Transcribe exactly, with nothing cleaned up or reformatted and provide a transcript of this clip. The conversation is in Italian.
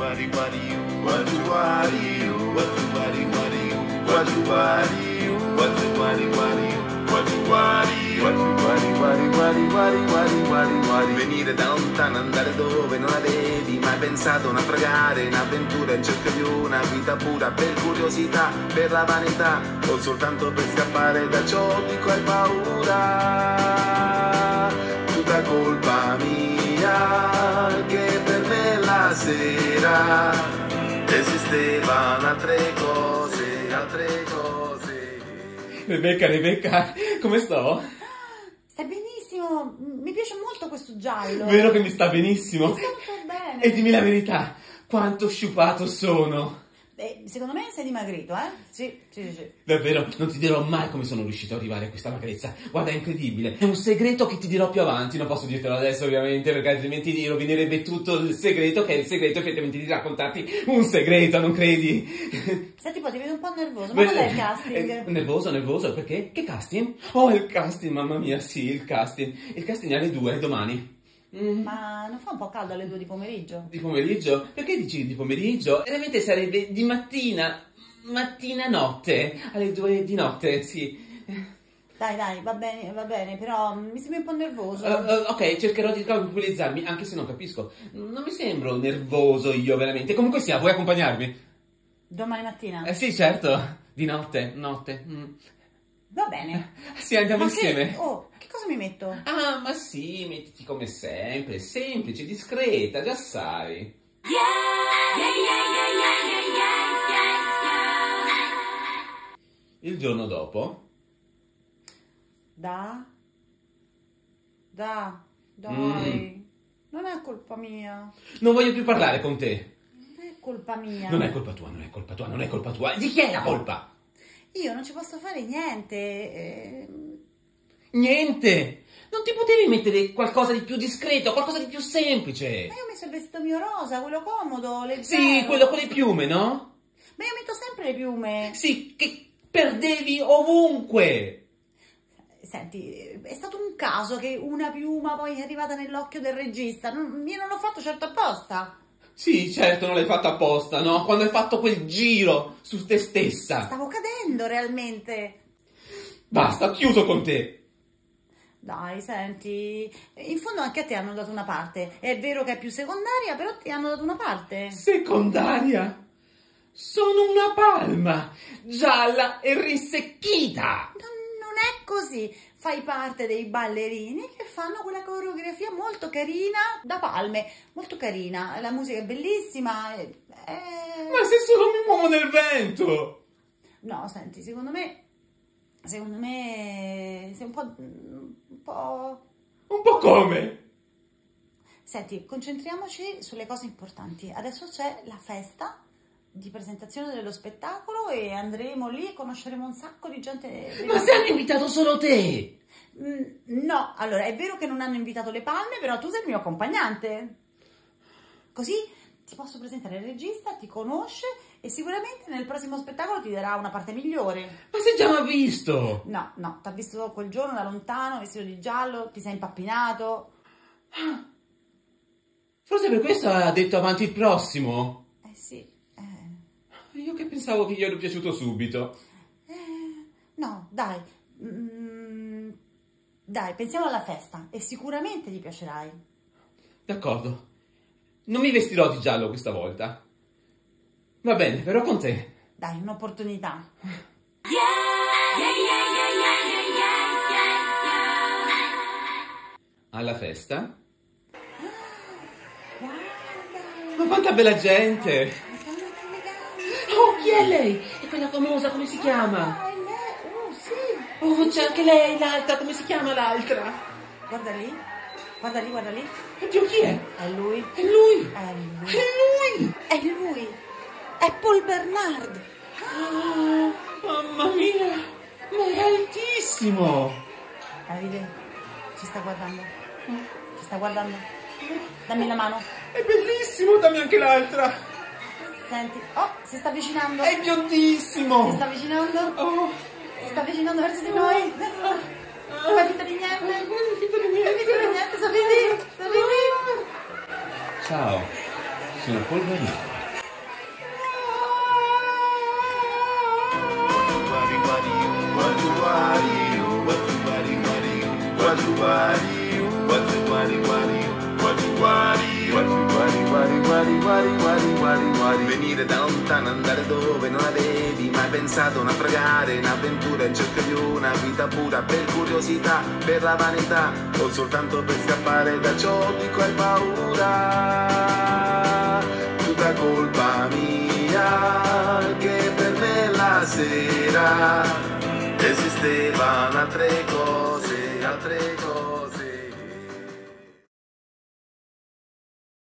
worry, worry you? What you worry you? What you worry, worry you? What you worry you? What you worry, worry you? What you worry you? What you worry, worry, worry, worry, worry, worry, worry. Venire da lontano, andare dove non avevi mai pensato, naufragare in avventura in cerca di una vita pura, per curiosità, per la vanità, o soltanto per scappare da ciò di cui hai paura. Tutta colpa mia, che per me la sera esistevano altre cose, altre cose. Rebecca, Rebecca, come sto? Stai benissimo, mi piace molto questo giallo. Vero che mi sta benissimo? Mi sta molto bene. E dimmi la verità, quanto sciupato sono? Eh, secondo me sei dimagrito, eh? Sì, sì, sì, sì. Davvero, non ti dirò mai come sono riuscito ad arrivare a questa magrezza. Guarda, è incredibile. È un segreto che ti dirò più avanti. Non posso dirtelo adesso, ovviamente, perché altrimenti rovinerebbe tutto il segreto, che è il segreto effettivamente di raccontarti un segreto, non credi? Senti, poi ti vedo un po' nervoso. Ma qual è il casting? Eh, nervoso, nervoso, perché? Che casting? Oh, il casting, mamma mia, sì, il casting. Il casting è alle due, domani. Mm. Ma non fa un po' caldo alle due di pomeriggio? Di pomeriggio? Perché dici di pomeriggio? Veramente sarebbe di mattina, mattina notte, alle due di notte, sì. Dai, dai, va bene, va bene, però mi sembri un po' nervoso. Uh, uh, ok, cercherò di tranquillizzarmi, anche se non capisco. Non mi sembro nervoso io, veramente. Comunque sia, vuoi accompagnarmi? Domani mattina? Eh sì, certo, di notte, notte. Mm. Va bene. Sì, andiamo Ma insieme. Che... Oh, che cosa mi metto? Ah, ma sì, mettiti come sempre, semplice, discreta, già sai. Il giorno dopo... Da? Da? Dai. Mm. Non è colpa mia. Non voglio più parlare con te. Non è colpa mia. Non è colpa tua, non è colpa tua, non è colpa tua. Di chi è la colpa? Io non ci posso fare niente. Eh... Niente! Non ti potevi mettere qualcosa di più discreto, qualcosa di più semplice? Ma io ho messo il vestito mio rosa, quello comodo, leggero. Sì, quello con le piume, no? Ma io metto sempre le piume. Sì, che perdevi ovunque. Senti, è stato un caso che una piuma poi è arrivata nell'occhio del regista. Non, io non l'ho fatto certo apposta. Sì, certo, non l'hai fatto apposta, no? Quando hai fatto quel giro su te stessa. Stavo cadendo realmente. Basta, ho chiuso con te. Dai, senti, in fondo anche a te hanno dato una parte. È vero che è più secondaria, però ti hanno dato una parte. Secondaria? Sono una palma, gialla e rinsecchita. Non, non è così. Fai parte dei ballerini che fanno quella coreografia molto carina da palme. Molto carina, la musica è bellissima. È... Ma se solo mi muovo nel vento. No, senti, secondo me... Secondo me sei un po'... un po'... Un po' come? Senti, concentriamoci sulle cose importanti. Adesso c'è la festa di presentazione dello spettacolo e andremo lì e conosceremo un sacco di gente. Ma se hanno invitato solo te! Mm, no, allora è vero che non hanno invitato le palme, però tu sei il mio accompagnante. Così ti posso presentare il regista, ti conosce e sicuramente nel prossimo spettacolo ti darà una parte migliore. Ma sei già mai visto? No, no, ti ha visto quel giorno da lontano, vestito di giallo, ti sei impappinato. Forse per questo ha detto avanti il prossimo. Eh sì. Eh. Io che pensavo che gli ero piaciuto subito. Eh, no, dai. Mm, dai, pensiamo alla festa e sicuramente gli piacerai. D'accordo. Non mi vestirò di giallo questa volta. Va bene, però con te. Dai, un'opportunità. Alla festa? Guarda! Ma quanta bella gente! Oh, chi è lei? È quella famosa, come si chiama? Ah, è lei? Oh, sì! Oh, c'è anche lei, l'altra, come si chiama l'altra? Guarda lì, guarda lì, guarda lì. Oddio, chi è? È lui. È lui! È lui. È lui! È lui. È Paul Bernard. Oh, mamma mia! Ma è altissimo! Davide, ci sta guardando. Ci sta guardando. Dammi la mano. È bellissimo, dammi anche l'altra! Senti. Oh, si sta avvicinando. È biondissimo! Si sta avvicinando. Oh. Si sta avvicinando verso di noi. Fai finta di niente. Fai finta di Fai niente! finta di niente, sorridi. Sorridi. Ciao, sono Paul Bernard. Wadi wadi wadi, wadi wadi, wadi wadi wadi wadi wadi wadi wadi wadi. Venire da lontano, andare dove non avevi mai pensato, naufragare in avventura in cerca di una vita pura, per curiosità, per la vanità, o soltanto per scappare da ciò di cui hai paura. Tutta colpa mia che per me la sera esistevano altre cose